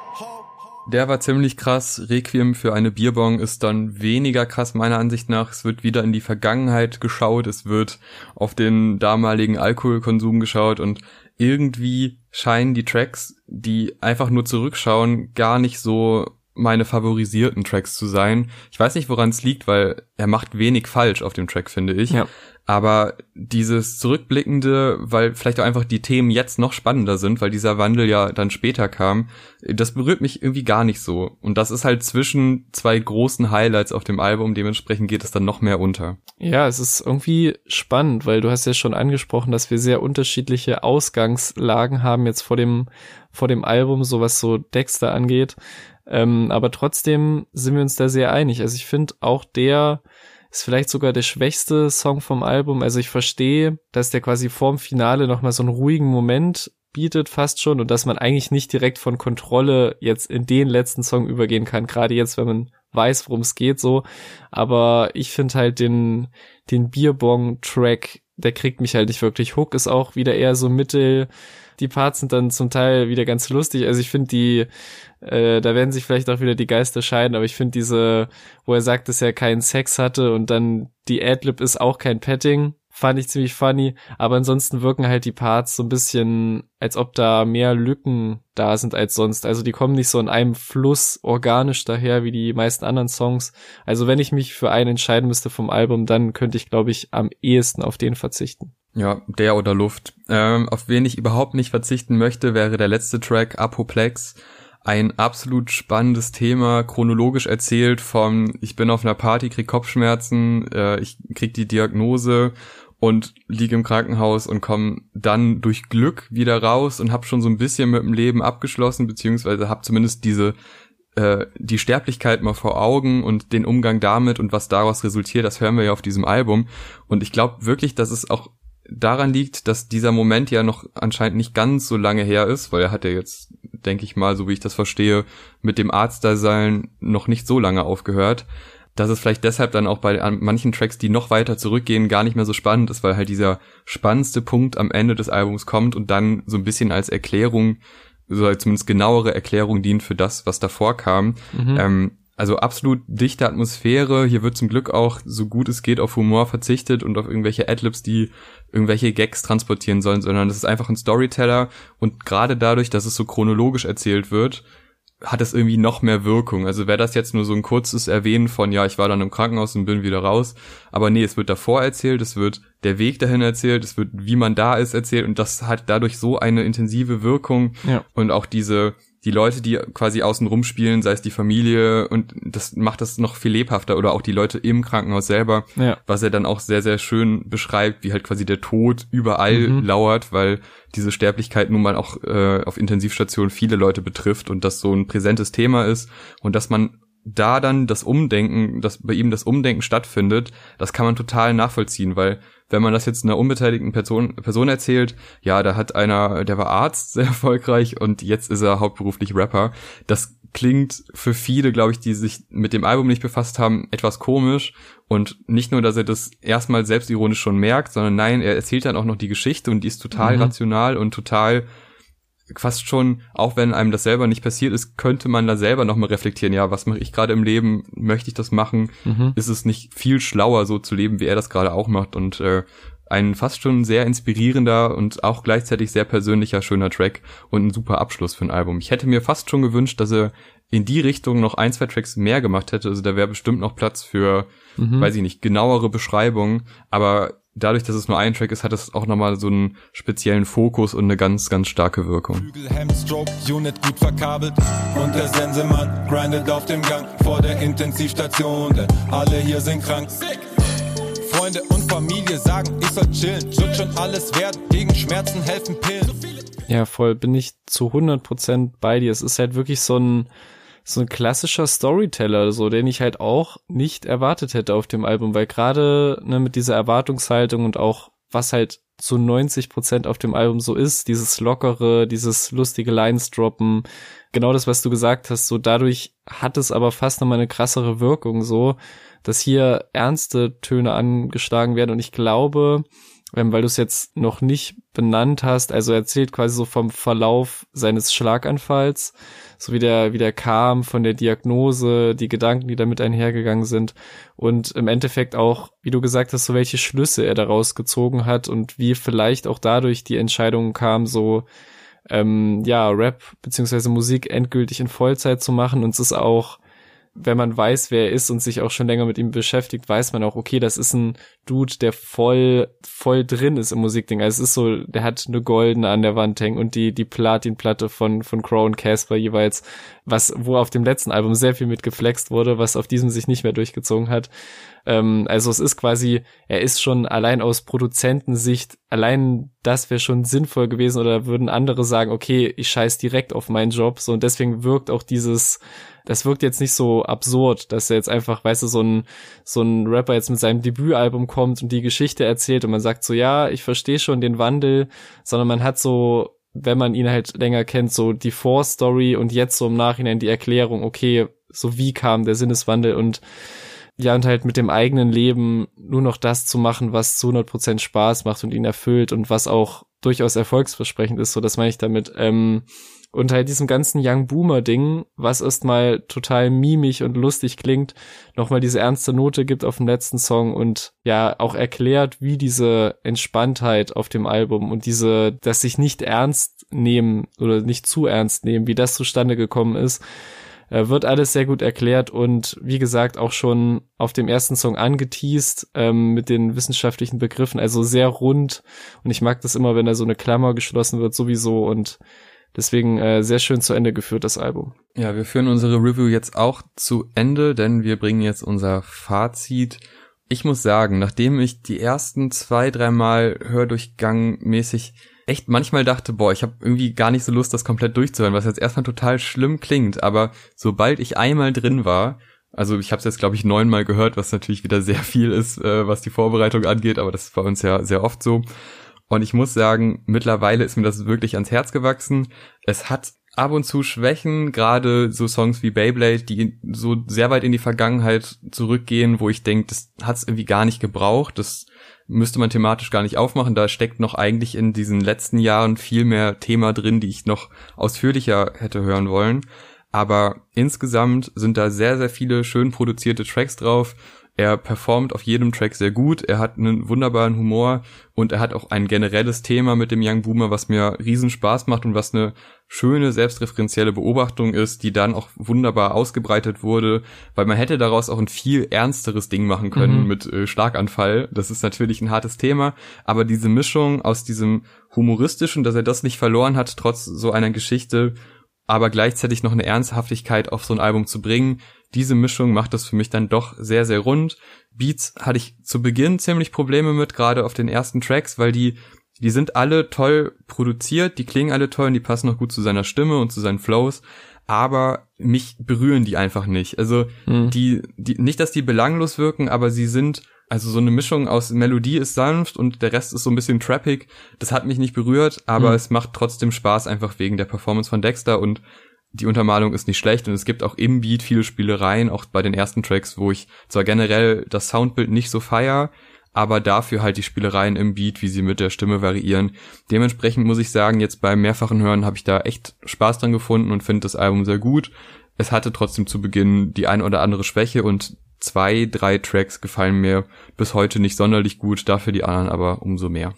Der war ziemlich krass. Requiem für eine Bierbong ist dann weniger krass meiner Ansicht nach. Es wird wieder in die Vergangenheit geschaut, es wird auf den damaligen Alkoholkonsum geschaut und irgendwie scheinen die Tracks, die einfach nur zurückschauen, gar nicht so meine favorisierten Tracks zu sein. Ich weiß nicht, woran es liegt, weil er macht wenig falsch auf dem Track, finde ich. Ja. Aber dieses Zurückblickende, weil vielleicht auch einfach die Themen jetzt noch spannender sind, weil dieser Wandel ja dann später kam, das berührt mich irgendwie gar nicht so. Und das ist halt zwischen zwei großen Highlights auf dem Album, dementsprechend geht es dann noch mehr unter. Ja, es ist irgendwie spannend, weil du hast ja schon angesprochen, dass wir sehr unterschiedliche Ausgangslagen haben jetzt vor dem, vor dem Album, so was so Dexter angeht. Ähm, aber trotzdem sind wir uns da sehr einig. Also ich finde auch der ist vielleicht sogar der schwächste Song vom Album. Also ich verstehe, dass der quasi vorm Finale nochmal so einen ruhigen Moment bietet fast schon und dass man eigentlich nicht direkt von Kontrolle jetzt in den letzten Song übergehen kann. Gerade jetzt, wenn man weiß, worum es geht, so. Aber ich finde halt den, den Bierbong-Track, der kriegt mich halt nicht wirklich. Hook ist auch wieder eher so mittel. Die Parts sind dann zum Teil wieder ganz lustig. Also ich finde die, äh, da werden sich vielleicht auch wieder die Geister scheiden, aber ich finde diese, wo er sagt, dass er keinen Sex hatte und dann die Adlib ist auch kein Petting, fand ich ziemlich funny. Aber ansonsten wirken halt die Parts so ein bisschen, als ob da mehr Lücken da sind als sonst. Also die kommen nicht so in einem Fluss organisch daher wie die meisten anderen Songs. Also wenn ich mich für einen entscheiden müsste vom Album, dann könnte ich, glaube ich, am ehesten auf den verzichten. Ja, der oder Luft. Ähm, auf wen ich überhaupt nicht verzichten möchte, wäre der letzte Track, Apoplex. Ein absolut spannendes Thema, chronologisch erzählt vom ich bin auf einer Party, krieg Kopfschmerzen, äh, ich krieg die Diagnose und liege im Krankenhaus und komme dann durch Glück wieder raus und habe schon so ein bisschen mit dem Leben abgeschlossen, beziehungsweise habe zumindest diese äh, die Sterblichkeit mal vor Augen und den Umgang damit und was daraus resultiert, das hören wir ja auf diesem Album. Und ich glaube wirklich, dass es auch daran liegt, dass dieser Moment ja noch anscheinend nicht ganz so lange her ist, weil er hat ja jetzt, denke ich mal, so wie ich das verstehe, mit dem Arztdasein noch nicht so lange aufgehört, dass es vielleicht deshalb dann auch bei manchen Tracks, die noch weiter zurückgehen, gar nicht mehr so spannend ist, weil halt dieser spannendste Punkt am Ende des Albums kommt und dann so ein bisschen als Erklärung, so zumindest genauere Erklärung dient für das, was davor kam. Mhm. Ähm, Also absolut dichte Atmosphäre. Hier wird zum Glück auch, so gut es geht, auf Humor verzichtet und auf irgendwelche Adlibs, die irgendwelche Gags transportieren sollen, sondern es ist einfach ein Storyteller und gerade dadurch, dass es so chronologisch erzählt wird, hat es irgendwie noch mehr Wirkung. Also wäre das jetzt nur so ein kurzes Erwähnen von, ja, ich war dann im Krankenhaus und bin wieder raus, aber nee, es wird davor erzählt, es wird der Weg dahin erzählt, es wird, wie man da ist, erzählt und das hat dadurch so eine intensive Wirkung. Ja. Und auch diese die Leute, die quasi außen rumspielen, sei es die Familie, und das macht das noch viel lebhafter, oder auch die Leute im Krankenhaus selber, ja. Was er dann auch sehr, sehr schön beschreibt, wie halt quasi der Tod überall mhm. lauert, weil diese Sterblichkeit nun mal auch äh, auf Intensivstationen viele Leute betrifft und das so ein präsentes Thema ist und dass man da dann das Umdenken, dass bei ihm das Umdenken stattfindet, das kann man total nachvollziehen, weil wenn man das jetzt einer unbeteiligten Person, Person erzählt, ja, da hat einer, der war Arzt, sehr erfolgreich und jetzt ist er hauptberuflich Rapper. Das klingt für viele, glaube ich, die sich mit dem Album nicht befasst haben, etwas komisch und nicht nur, dass er das erstmal selbstironisch schon merkt, sondern nein, er erzählt dann auch noch die Geschichte und die ist total mhm. rational und total fast schon, auch wenn einem das selber nicht passiert ist, könnte man da selber nochmal reflektieren, ja, was mache ich gerade im Leben, möchte ich das machen, mhm. ist es nicht viel schlauer so zu leben, wie er das gerade auch macht und äh, ein fast schon sehr inspirierender und auch gleichzeitig sehr persönlicher, schöner Track und ein super Abschluss für ein Album. Ich hätte mir fast schon gewünscht, dass er in die Richtung noch ein, zwei Tracks mehr gemacht hätte, also da wäre bestimmt noch Platz für, mhm. weiß ich nicht, genauere Beschreibungen, aber dadurch, dass es nur ein Track ist, hat es auch nochmal so einen speziellen Fokus und eine ganz, ganz starke Wirkung. Flügel, Hemd, Stroke, Unit gut verkabelt und der Sensemann grindet auf dem Gang vor der Intensivstation, denn alle hier sind krank. Freunde Freunde und Familie sagen, ich soll chillen. Wird schon alles werden, gegen Schmerzen helfen Pillen. Ja, voll, bin ich zu hundert Prozent bei dir. Es ist halt wirklich so ein so ein klassischer Storyteller, so, den ich halt auch nicht erwartet hätte auf dem Album, weil gerade ne, mit dieser Erwartungshaltung und auch was halt zu neunzig Prozent auf dem Album so ist, dieses lockere, dieses lustige Lines droppen, genau das, was du gesagt hast, so dadurch hat es aber fast nochmal eine krassere Wirkung, so, dass hier ernste Töne angeschlagen werden und ich glaube, weil du es jetzt noch nicht benannt hast, also er erzählt quasi so vom Verlauf seines Schlaganfalls, so wie der, wie der kam, von der Diagnose, die Gedanken, die damit einhergegangen sind und im Endeffekt auch, wie du gesagt hast, so welche Schlüsse er daraus gezogen hat und wie vielleicht auch dadurch die Entscheidung kam, so, ähm, ja, Rap beziehungsweise Musik endgültig in Vollzeit zu machen und es ist auch, wenn man weiß, wer er ist und sich auch schon länger mit ihm beschäftigt, weiß man auch, okay, das ist ein Dude, der voll, voll drin ist im Musikding. Also es ist so, der hat eine goldene an der Wand hängen und die, die Platinplatte von, von Crow und Casper jeweils, was, wo auf dem letzten Album sehr viel mit geflext wurde, was auf diesem sich nicht mehr durchgezogen hat. Ähm, also es ist quasi, er ist schon allein aus Produzentensicht, allein das wäre schon sinnvoll gewesen oder würden andere sagen, okay, ich scheiß direkt auf meinen Job, so und deswegen wirkt auch dieses, das wirkt jetzt nicht so absurd, dass er jetzt einfach, weißt du, so ein so ein Rapper jetzt mit seinem Debütalbum kommt und die Geschichte erzählt und man sagt so, ja, ich verstehe schon den Wandel, sondern man hat so, wenn man ihn halt länger kennt, so die Vorstory und jetzt so im Nachhinein die Erklärung, okay, so wie kam der Sinneswandel und ja, und halt mit dem eigenen Leben nur noch das zu machen, was zu hundert Prozent Spaß macht und ihn erfüllt und was auch durchaus erfolgsversprechend ist, so das meine ich damit, ähm, und halt diesem ganzen Young Boomer Ding, was erstmal total mimig und lustig klingt, nochmal diese ernste Note gibt auf dem letzten Song und ja, auch erklärt, wie diese Entspanntheit auf dem Album und diese, dass sich nicht ernst nehmen oder nicht zu ernst nehmen, wie das zustande gekommen ist, wird alles sehr gut erklärt und wie gesagt auch schon auf dem ersten Song angeteast ähm, mit den wissenschaftlichen Begriffen, also sehr rund und ich mag das immer, wenn da so eine Klammer geschlossen wird sowieso und deswegen äh, sehr schön zu Ende geführt, das Album. Ja, wir führen unsere Review jetzt auch zu Ende, denn wir bringen jetzt unser Fazit. Ich muss sagen, nachdem ich die ersten zwei, dreimal Hördurchgang mäßig echt manchmal dachte, boah, ich habe irgendwie gar nicht so Lust, das komplett durchzuhören, was jetzt erstmal total schlimm klingt, aber sobald ich einmal drin war, also ich habe es jetzt, glaube ich, neunmal gehört, was natürlich wieder sehr viel ist, äh, was die Vorbereitung angeht, aber das ist bei uns ja sehr oft so. Und ich muss sagen, mittlerweile ist mir das wirklich ans Herz gewachsen. Es hat ab und zu Schwächen, gerade so Songs wie Beyblade, die so sehr weit in die Vergangenheit zurückgehen, wo ich denke, das hat es irgendwie gar nicht gebraucht, das müsste man thematisch gar nicht aufmachen, da steckt noch eigentlich in diesen letzten Jahren viel mehr Thema drin, die ich noch ausführlicher hätte hören wollen, aber insgesamt sind da sehr, sehr viele schön produzierte Tracks drauf. Er performt auf jedem Track sehr gut, er hat einen wunderbaren Humor und er hat auch ein generelles Thema mit dem Young Boomer, was mir riesen Spaß macht und was eine schöne, selbstreferenzielle Beobachtung ist, die dann auch wunderbar ausgebreitet wurde, weil man hätte daraus auch ein viel ernsteres Ding machen können mhm. mit äh, Schlaganfall. Das ist natürlich ein hartes Thema, aber diese Mischung aus diesem humoristischen, dass er das nicht verloren hat, trotz so einer Geschichte, aber gleichzeitig noch eine Ernsthaftigkeit auf so ein Album zu bringen, diese Mischung macht das für mich dann doch sehr, sehr rund. Beats hatte ich zu Beginn ziemlich Probleme mit, gerade auf den ersten Tracks, weil die die sind alle toll produziert, die klingen alle toll und die passen auch gut zu seiner Stimme und zu seinen Flows, aber mich berühren die einfach nicht. Also mhm. die, die nicht, dass die belanglos wirken, aber sie sind, also so eine Mischung aus Melodie ist sanft und der Rest ist so ein bisschen trappig. Das hat mich nicht berührt, aber mhm. es macht trotzdem Spaß, einfach wegen der Performance von Dexter und die Untermalung ist nicht schlecht und es gibt auch im Beat viele Spielereien, auch bei den ersten Tracks, wo ich zwar generell das Soundbild nicht so feier, aber dafür halt die Spielereien im Beat, wie sie mit der Stimme variieren. Dementsprechend muss ich sagen, jetzt beim mehrfachen Hören habe ich da echt Spaß dran gefunden und finde das Album sehr gut. Es hatte trotzdem zu Beginn die ein oder andere Schwäche und zwei, drei Tracks gefallen mir bis heute nicht sonderlich gut, dafür die anderen aber umso mehr.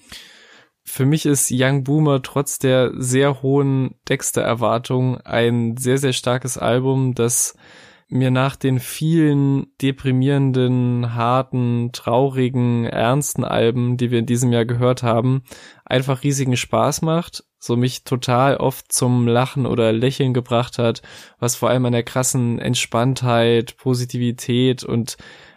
Für mich ist Young Boomer trotz der sehr hohen Dexter-Erwartungen ein sehr, sehr starkes Album, das mir nach den vielen deprimierenden, harten, traurigen, ernsten Alben, die wir in diesem Jahr gehört haben, einfach riesigen Spaß macht, so mich total oft zum Lachen oder Lächeln gebracht hat, was vor allem an der krassen Entspanntheit, Positivität und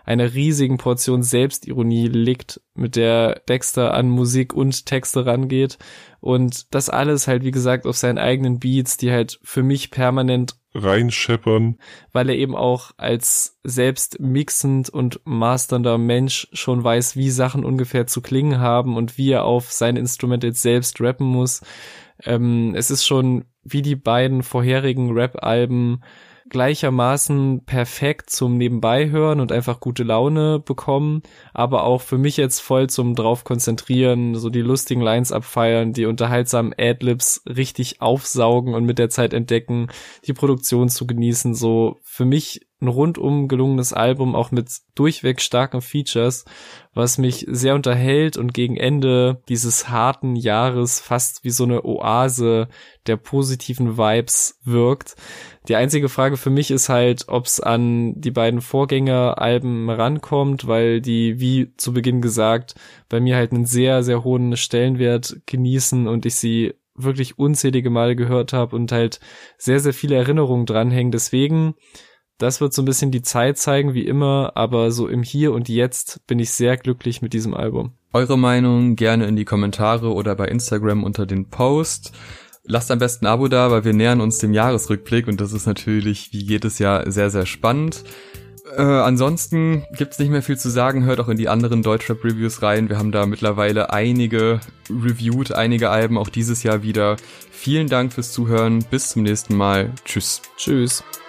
einer riesigen Portion Selbstironie liegt, mit der Dexter an Musik und Texte rangeht. Und das alles halt, wie gesagt, auf seinen eigenen Beats, die halt für mich permanent reinscheppern. Weil er eben auch als selbst mixend und masternder Mensch schon weiß, wie Sachen ungefähr zu klingen haben und wie er auf sein Instrument jetzt selbst rappen muss. Ähm, es ist schon wie die beiden vorherigen Rap-Alben gleichermaßen perfekt zum Nebenbeihören und einfach gute Laune bekommen, aber auch für mich jetzt voll zum drauf konzentrieren, so die lustigen Lines abfeiern, die unterhaltsamen Adlibs richtig aufsaugen und mit der Zeit entdecken, die Produktion zu genießen, so für mich ein rundum gelungenes Album, auch mit durchweg starken Features, was mich sehr unterhält und gegen Ende dieses harten Jahres fast wie so eine Oase der positiven Vibes wirkt. Die einzige Frage für mich ist halt, ob es an die beiden Vorgängeralben rankommt, weil die, wie zu Beginn gesagt, bei mir halt einen sehr, sehr hohen Stellenwert genießen und ich sie wirklich unzählige Male gehört habe und halt sehr, sehr viele Erinnerungen dranhängen. Deswegen, das wird so ein bisschen die Zeit zeigen, wie immer, aber so im Hier und Jetzt bin ich sehr glücklich mit diesem Album. Eure Meinung gerne in die Kommentare oder bei Instagram unter den Post. Lasst am besten ein Abo da, weil wir nähern uns dem Jahresrückblick und das ist natürlich wie jedes Jahr sehr, sehr spannend. Äh, ansonsten gibt's nicht mehr viel zu sagen, hört auch in die anderen Deutschrap-Reviews rein. Wir haben da mittlerweile einige reviewed, einige Alben auch dieses Jahr wieder. Vielen Dank fürs Zuhören, bis zum nächsten Mal. Tschüss. Tschüss.